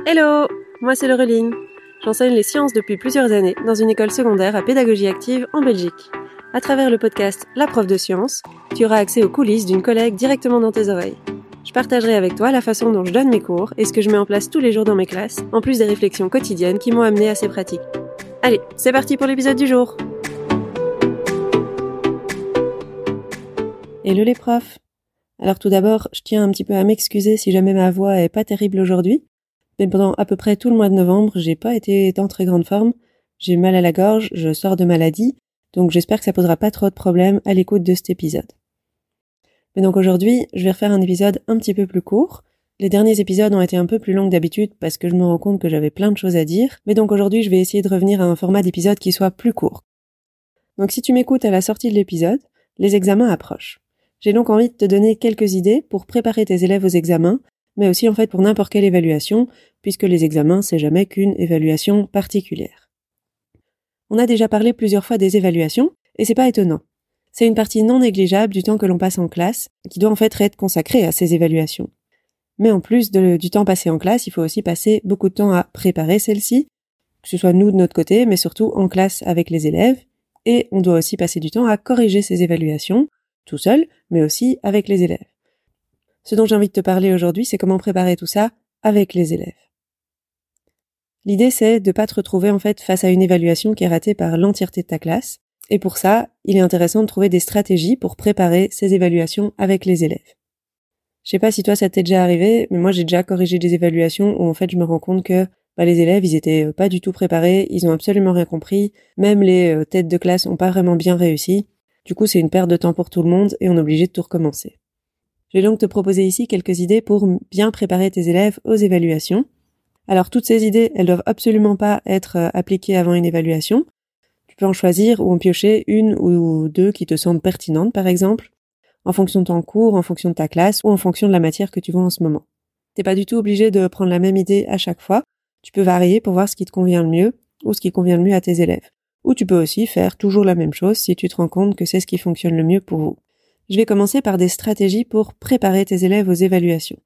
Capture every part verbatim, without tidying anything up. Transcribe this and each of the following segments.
Hello, moi c'est Laureline. J'enseigne les sciences depuis plusieurs années dans une école secondaire à pédagogie active en Belgique. À travers le podcast La prof de sciences, tu auras accès aux coulisses d'une collègue directement dans tes oreilles. Je partagerai avec toi la façon dont je donne mes cours et ce que je mets en place tous les jours dans mes classes, en plus des réflexions quotidiennes qui m'ont amené à ces pratiques. Allez, c'est parti pour l'épisode du jour. Hello les profs. Alors tout d'abord, je tiens un petit peu à m'excuser si jamais ma voix est pas terrible aujourd'hui. Mais pendant à peu près tout le mois de novembre, j'ai pas été en très grande forme. J'ai mal à la gorge, je sors de maladie, donc j'espère que ça posera pas trop de problèmes à l'écoute de cet épisode. Mais donc aujourd'hui, je vais refaire un épisode un petit peu plus court. Les derniers épisodes ont été un peu plus longs que d'habitude parce que je me rends compte que j'avais plein de choses à dire. Mais donc aujourd'hui, je vais essayer de revenir à un format d'épisode qui soit plus court. Donc si tu m'écoutes à la sortie de l'épisode, les examens approchent. J'ai donc envie de te donner quelques idées pour préparer tes élèves aux examens, mais aussi en fait pour n'importe quelle évaluation, puisque les examens, c'est jamais qu'une évaluation particulière. On a déjà parlé plusieurs fois des évaluations, et c'est pas étonnant. C'est une partie non négligeable du temps que l'on passe en classe, qui doit en fait être consacrée à ces évaluations. Mais en plus de, du temps passé en classe, il faut aussi passer beaucoup de temps à préparer celles-ci, que ce soit nous de notre côté, mais surtout en classe avec les élèves, et on doit aussi passer du temps à corriger ces évaluations, tout seul, mais aussi avec les élèves. Ce dont j'ai envie de te parler aujourd'hui, c'est comment préparer tout ça avec les élèves. L'idée, c'est de pas te retrouver en fait face à une évaluation qui est ratée par l'entièreté de ta classe. Et pour ça, il est intéressant de trouver des stratégies pour préparer ces évaluations avec les élèves. Je sais pas si toi ça t'est déjà arrivé, mais moi j'ai déjà corrigé des évaluations où en fait je me rends compte que bah, les élèves, ils étaient pas du tout préparés, ils ont absolument rien compris, même les euh, têtes de classe ont pas vraiment bien réussi. Du coup, c'est une perte de temps pour tout le monde et on est obligé de tout recommencer. Je vais donc te proposer ici quelques idées pour bien préparer tes élèves aux évaluations. Alors toutes ces idées, elles doivent absolument pas être appliquées avant une évaluation. Tu peux en choisir ou en piocher une ou deux qui te semblent pertinentes par exemple, en fonction de ton cours, en fonction de ta classe ou en fonction de la matière que tu vois en ce moment. T'es pas du tout obligé de prendre la même idée à chaque fois. Tu peux varier pour voir ce qui te convient le mieux ou ce qui convient le mieux à tes élèves. Ou tu peux aussi faire toujours la même chose si tu te rends compte que c'est ce qui fonctionne le mieux pour vous. Je vais commencer par des stratégies pour préparer tes élèves aux évaluations.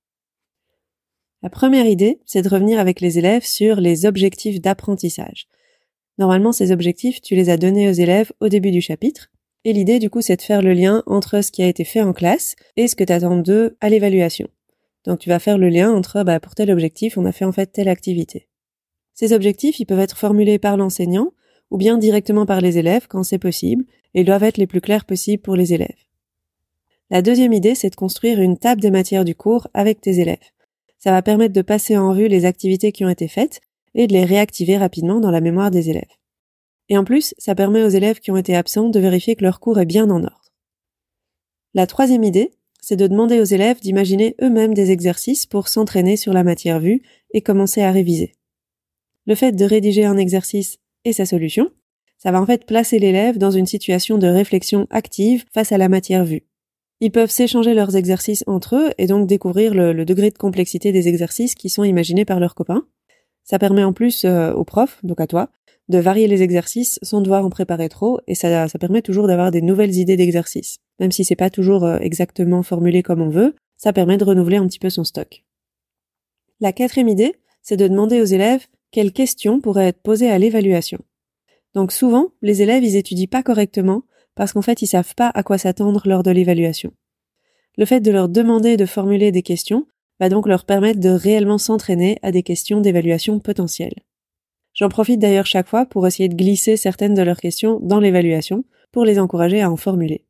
La première idée, c'est de revenir avec les élèves sur les objectifs d'apprentissage. Normalement, ces objectifs, tu les as donnés aux élèves au début du chapitre, et l'idée, du coup, c'est de faire le lien entre ce qui a été fait en classe et ce que tu attends d'eux à l'évaluation. Donc, tu vas faire le lien entre, bah, pour tel objectif, on a fait en fait telle activité. Ces objectifs, ils peuvent être formulés par l'enseignant ou bien directement par les élèves quand c'est possible, et ils doivent être les plus clairs possibles pour les élèves. La deuxième idée, c'est de construire une table des matières du cours avec tes élèves. Ça va permettre de passer en revue les activités qui ont été faites et de les réactiver rapidement dans la mémoire des élèves. Et en plus, ça permet aux élèves qui ont été absents de vérifier que leur cours est bien en ordre. La troisième idée, c'est de demander aux élèves d'imaginer eux-mêmes des exercices pour s'entraîner sur la matière vue et commencer à réviser. Le fait de rédiger un exercice et sa solution, ça va en fait placer l'élève dans une situation de réflexion active face à la matière vue. Ils peuvent s'échanger leurs exercices entre eux et donc découvrir le, le degré de complexité des exercices qui sont imaginés par leurs copains. Ça permet en plus euh, aux profs, donc à toi, de varier les exercices sans devoir en préparer trop et ça, ça permet toujours d'avoir des nouvelles idées d'exercices. Même si c'est pas toujours euh, exactement formulé comme on veut, ça permet de renouveler un petit peu son stock. La quatrième idée, c'est de demander aux élèves quelles questions pourraient être posées à l'évaluation. Donc souvent, les élèves, ils étudient pas correctement parce qu'en fait, ils savent pas à quoi s'attendre lors de l'évaluation. Le fait de leur demander de formuler des questions va donc leur permettre de réellement s'entraîner à des questions d'évaluation potentielles. J'en profite d'ailleurs chaque fois pour essayer de glisser certaines de leurs questions dans l'évaluation pour les encourager à en formuler.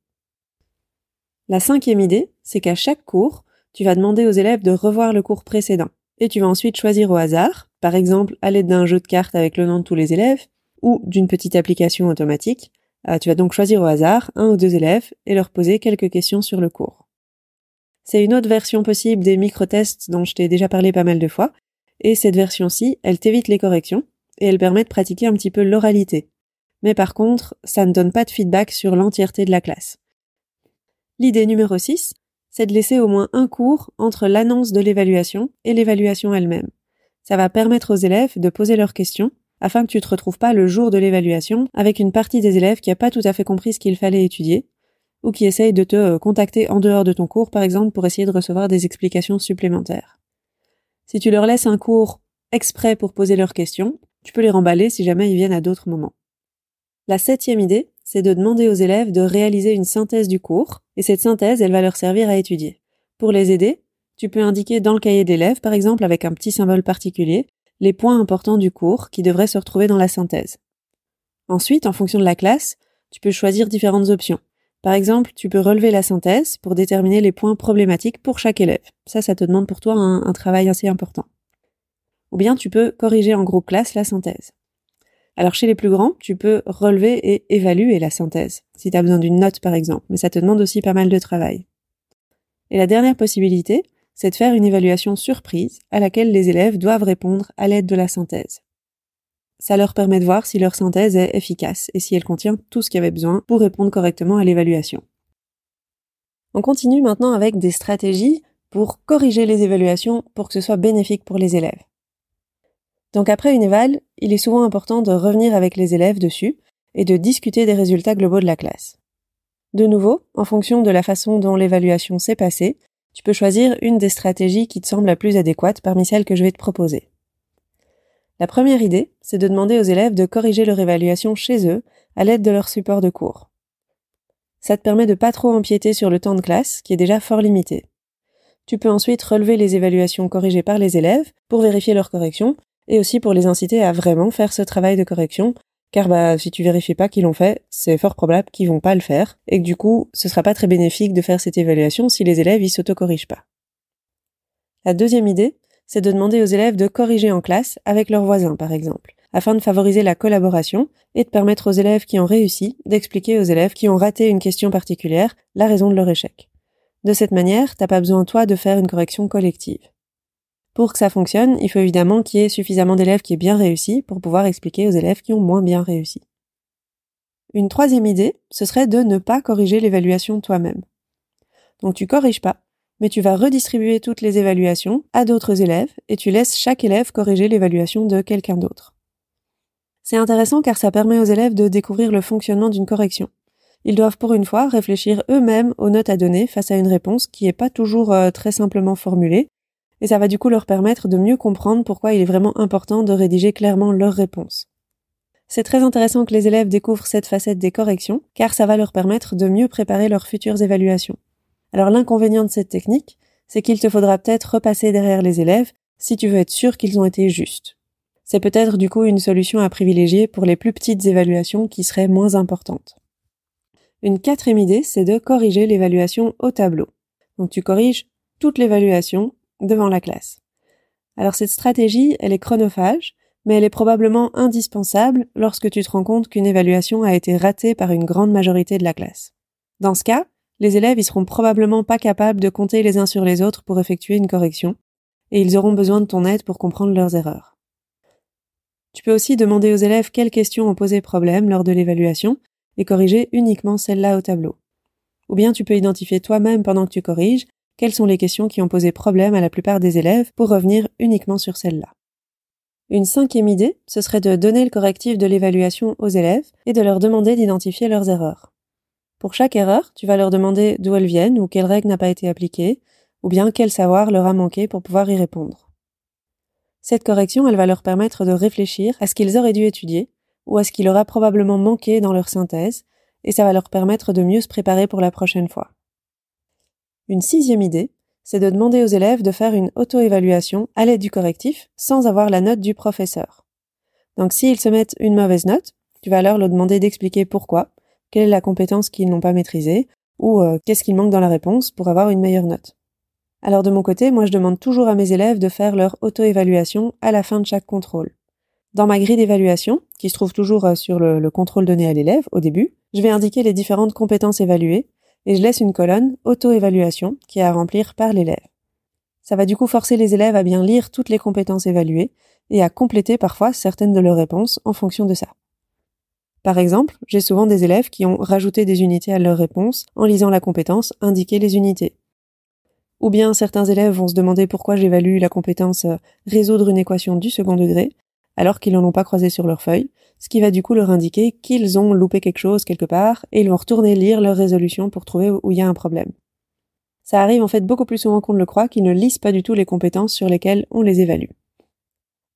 La cinquième idée, c'est qu'à chaque cours, tu vas demander aux élèves de revoir le cours précédent et tu vas ensuite choisir au hasard, par exemple à l'aide d'un jeu de cartes avec le nom de tous les élèves ou d'une petite application automatique. Tu vas donc choisir au hasard un ou deux élèves et leur poser quelques questions sur le cours. C'est une autre version possible des micro-tests dont je t'ai déjà parlé pas mal de fois, et cette version-ci, elle t'évite les corrections, et elle permet de pratiquer un petit peu l'oralité. Mais par contre, ça ne donne pas de feedback sur l'entièreté de la classe. L'idée numéro six, c'est de laisser au moins un cours entre l'annonce de l'évaluation et l'évaluation elle-même. Ça va permettre aux élèves de poser leurs questions, afin que tu te retrouves pas le jour de l'évaluation avec une partie des élèves qui a pas tout à fait compris ce qu'il fallait étudier, ou qui essaye de te contacter en dehors de ton cours, par exemple, pour essayer de recevoir des explications supplémentaires. Si tu leur laisses un cours exprès pour poser leurs questions, tu peux les remballer si jamais ils viennent à d'autres moments. La septième idée, c'est de demander aux élèves de réaliser une synthèse du cours, et cette synthèse, elle va leur servir à étudier. Pour les aider, tu peux indiquer dans le cahier de l'élève, par exemple avec un petit symbole particulier, les points importants du cours qui devraient se retrouver dans la synthèse. Ensuite, en fonction de la classe, tu peux choisir différentes options. Par exemple, tu peux relever la synthèse pour déterminer les points problématiques pour chaque élève. Ça, ça te demande pour toi un, un travail assez important. Ou bien tu peux corriger en groupe classe la synthèse. Alors chez les plus grands, tu peux relever et évaluer la synthèse, si tu as besoin d'une note par exemple, mais ça te demande aussi pas mal de travail. Et la dernière possibilité, c'est de faire une évaluation surprise à laquelle les élèves doivent répondre à l'aide de la synthèse. Ça leur permet de voir si leur synthèse est efficace et si elle contient tout ce qu'il y avait besoin pour répondre correctement à l'évaluation. On continue maintenant avec des stratégies pour corriger les évaluations pour que ce soit bénéfique pour les élèves. Donc après une éval, il est souvent important de revenir avec les élèves dessus et de discuter des résultats globaux de la classe. De nouveau, en fonction de la façon dont l'évaluation s'est passée, tu peux choisir une des stratégies qui te semble la plus adéquate parmi celles que je vais te proposer. La première idée, c'est de demander aux élèves de corriger leur évaluation chez eux à l'aide de leur support de cours. Ça te permet de pas trop empiéter sur le temps de classe, qui est déjà fort limité. Tu peux ensuite relever les évaluations corrigées par les élèves pour vérifier leur correction et aussi pour les inciter à vraiment faire ce travail de correction, car bah si tu vérifies pas qu'ils l'ont fait, c'est fort probable qu'ils vont pas le faire, et que du coup, ce sera pas très bénéfique de faire cette évaluation si les élèves ils s'auto-corrigent pas. La deuxième idée, c'est de demander aux élèves de corriger en classe avec leurs voisins, par exemple, afin de favoriser la collaboration et de permettre aux élèves qui ont réussi d'expliquer aux élèves qui ont raté une question particulière la raison de leur échec. De cette manière, t'as pas besoin toi de faire une correction collective. Pour que ça fonctionne, il faut évidemment qu'il y ait suffisamment d'élèves qui aient bien réussi pour pouvoir expliquer aux élèves qui ont moins bien réussi. Une troisième idée, ce serait de ne pas corriger l'évaluation toi-même. Donc tu corriges pas, mais tu vas redistribuer toutes les évaluations à d'autres élèves et tu laisses chaque élève corriger l'évaluation de quelqu'un d'autre. C'est intéressant car ça permet aux élèves de découvrir le fonctionnement d'une correction. Ils doivent pour une fois réfléchir eux-mêmes aux notes à donner face à une réponse qui n'est pas toujours euh, très simplement formulée, et ça va du coup leur permettre de mieux comprendre pourquoi il est vraiment important de rédiger clairement leurs réponses. C'est très intéressant que les élèves découvrent cette facette des corrections, car ça va leur permettre de mieux préparer leurs futures évaluations. Alors l'inconvénient de cette technique, c'est qu'il te faudra peut-être repasser derrière les élèves si tu veux être sûr qu'ils ont été justes. C'est peut-être du coup une solution à privilégier pour les plus petites évaluations qui seraient moins importantes. Une quatrième idée, c'est de corriger l'évaluation au tableau. Donc tu corriges toute l'évaluation devant la classe. Alors cette stratégie, elle est chronophage, mais elle est probablement indispensable lorsque tu te rends compte qu'une évaluation a été ratée par une grande majorité de la classe. Dans ce cas, les élèves ils seront probablement pas capables de compter les uns sur les autres pour effectuer une correction, et ils auront besoin de ton aide pour comprendre leurs erreurs. Tu peux aussi demander aux élèves quelles questions ont posé problème lors de l'évaluation et corriger uniquement celles-là au tableau. Ou bien tu peux identifier toi-même pendant que tu corriges quelles sont les questions qui ont posé problème à la plupart des élèves pour revenir uniquement sur celles-là. Une cinquième idée, ce serait de donner le correctif de l'évaluation aux élèves et de leur demander d'identifier leurs erreurs. Pour chaque erreur, tu vas leur demander d'où elles viennent ou quelle règle n'a pas été appliquée, ou bien quel savoir leur a manqué pour pouvoir y répondre. Cette correction, elle va leur permettre de réfléchir à ce qu'ils auraient dû étudier ou à ce qui leur a probablement manqué dans leur synthèse, et ça va leur permettre de mieux se préparer pour la prochaine fois. Une sixième idée, c'est de demander aux élèves de faire une auto-évaluation à l'aide du correctif sans avoir la note du professeur. Donc s'ils se mettent une mauvaise note, tu vas alors leur demander d'expliquer pourquoi, quelle est la compétence qu'ils n'ont pas maîtrisée, ou euh, qu'est-ce qu'il manque dans la réponse pour avoir une meilleure note. Alors de mon côté, moi je demande toujours à mes élèves de faire leur auto-évaluation à la fin de chaque contrôle. Dans ma grille d'évaluation, qui se trouve toujours sur le, le contrôle donné à l'élève au début, je vais indiquer les différentes compétences évaluées, et je laisse une colonne auto-évaluation qui est à remplir par l'élève. Ça va du coup forcer les élèves à bien lire toutes les compétences évaluées et à compléter parfois certaines de leurs réponses en fonction de ça. Par exemple, j'ai souvent des élèves qui ont rajouté des unités à leurs réponses en lisant la compétence « Indiquer les unités ». Ou bien certains élèves vont se demander pourquoi j'évalue la compétence « Résoudre une équation du second degré » alors qu'ils n'en ont pas croisé sur leur feuille, ce qui va du coup leur indiquer qu'ils ont loupé quelque chose quelque part et ils vont retourner lire leur résolution pour trouver où il y a un problème. Ça arrive en fait beaucoup plus souvent qu'on ne le croit qu'ils ne lisent pas du tout les compétences sur lesquelles on les évalue.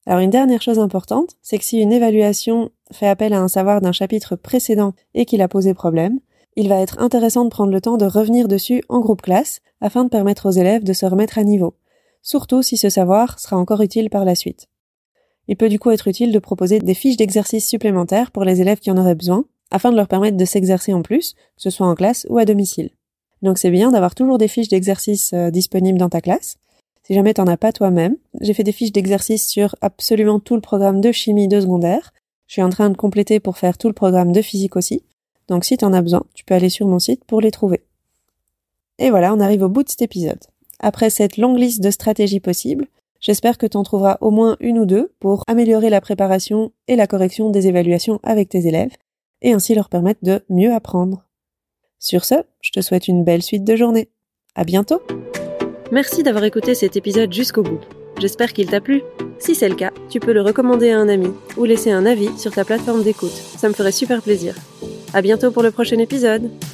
Alors une dernière chose importante, c'est que si une évaluation fait appel à un savoir d'un chapitre précédent et qu'il a posé problème, il va être intéressant de prendre le temps de revenir dessus en groupe classe afin de permettre aux élèves de se remettre à niveau, surtout si ce savoir sera encore utile par la suite. Il peut du coup être utile de proposer des fiches d'exercices supplémentaires pour les élèves qui en auraient besoin, afin de leur permettre de s'exercer en plus, que ce soit en classe ou à domicile. Donc c'est bien d'avoir toujours des fiches d'exercices euh, disponibles dans ta classe. Si jamais t'en as pas toi-même, j'ai fait des fiches d'exercices sur absolument tout le programme de chimie de secondaire. Je suis en train de compléter pour faire tout le programme de physique aussi. Donc si t'en as besoin, tu peux aller sur mon site pour les trouver. Et voilà, on arrive au bout de cet épisode. Après cette longue liste de stratégies possibles, j'espère que t'en trouveras au moins une ou deux pour améliorer la préparation et la correction des évaluations avec tes élèves, et ainsi leur permettre de mieux apprendre. Sur ce, je te souhaite une belle suite de journée. À bientôt! Merci d'avoir écouté cet épisode jusqu'au bout. J'espère qu'il t'a plu. Si c'est le cas, tu peux le recommander à un ami ou laisser un avis sur ta plateforme d'écoute. Ça me ferait super plaisir. À bientôt pour le prochain épisode.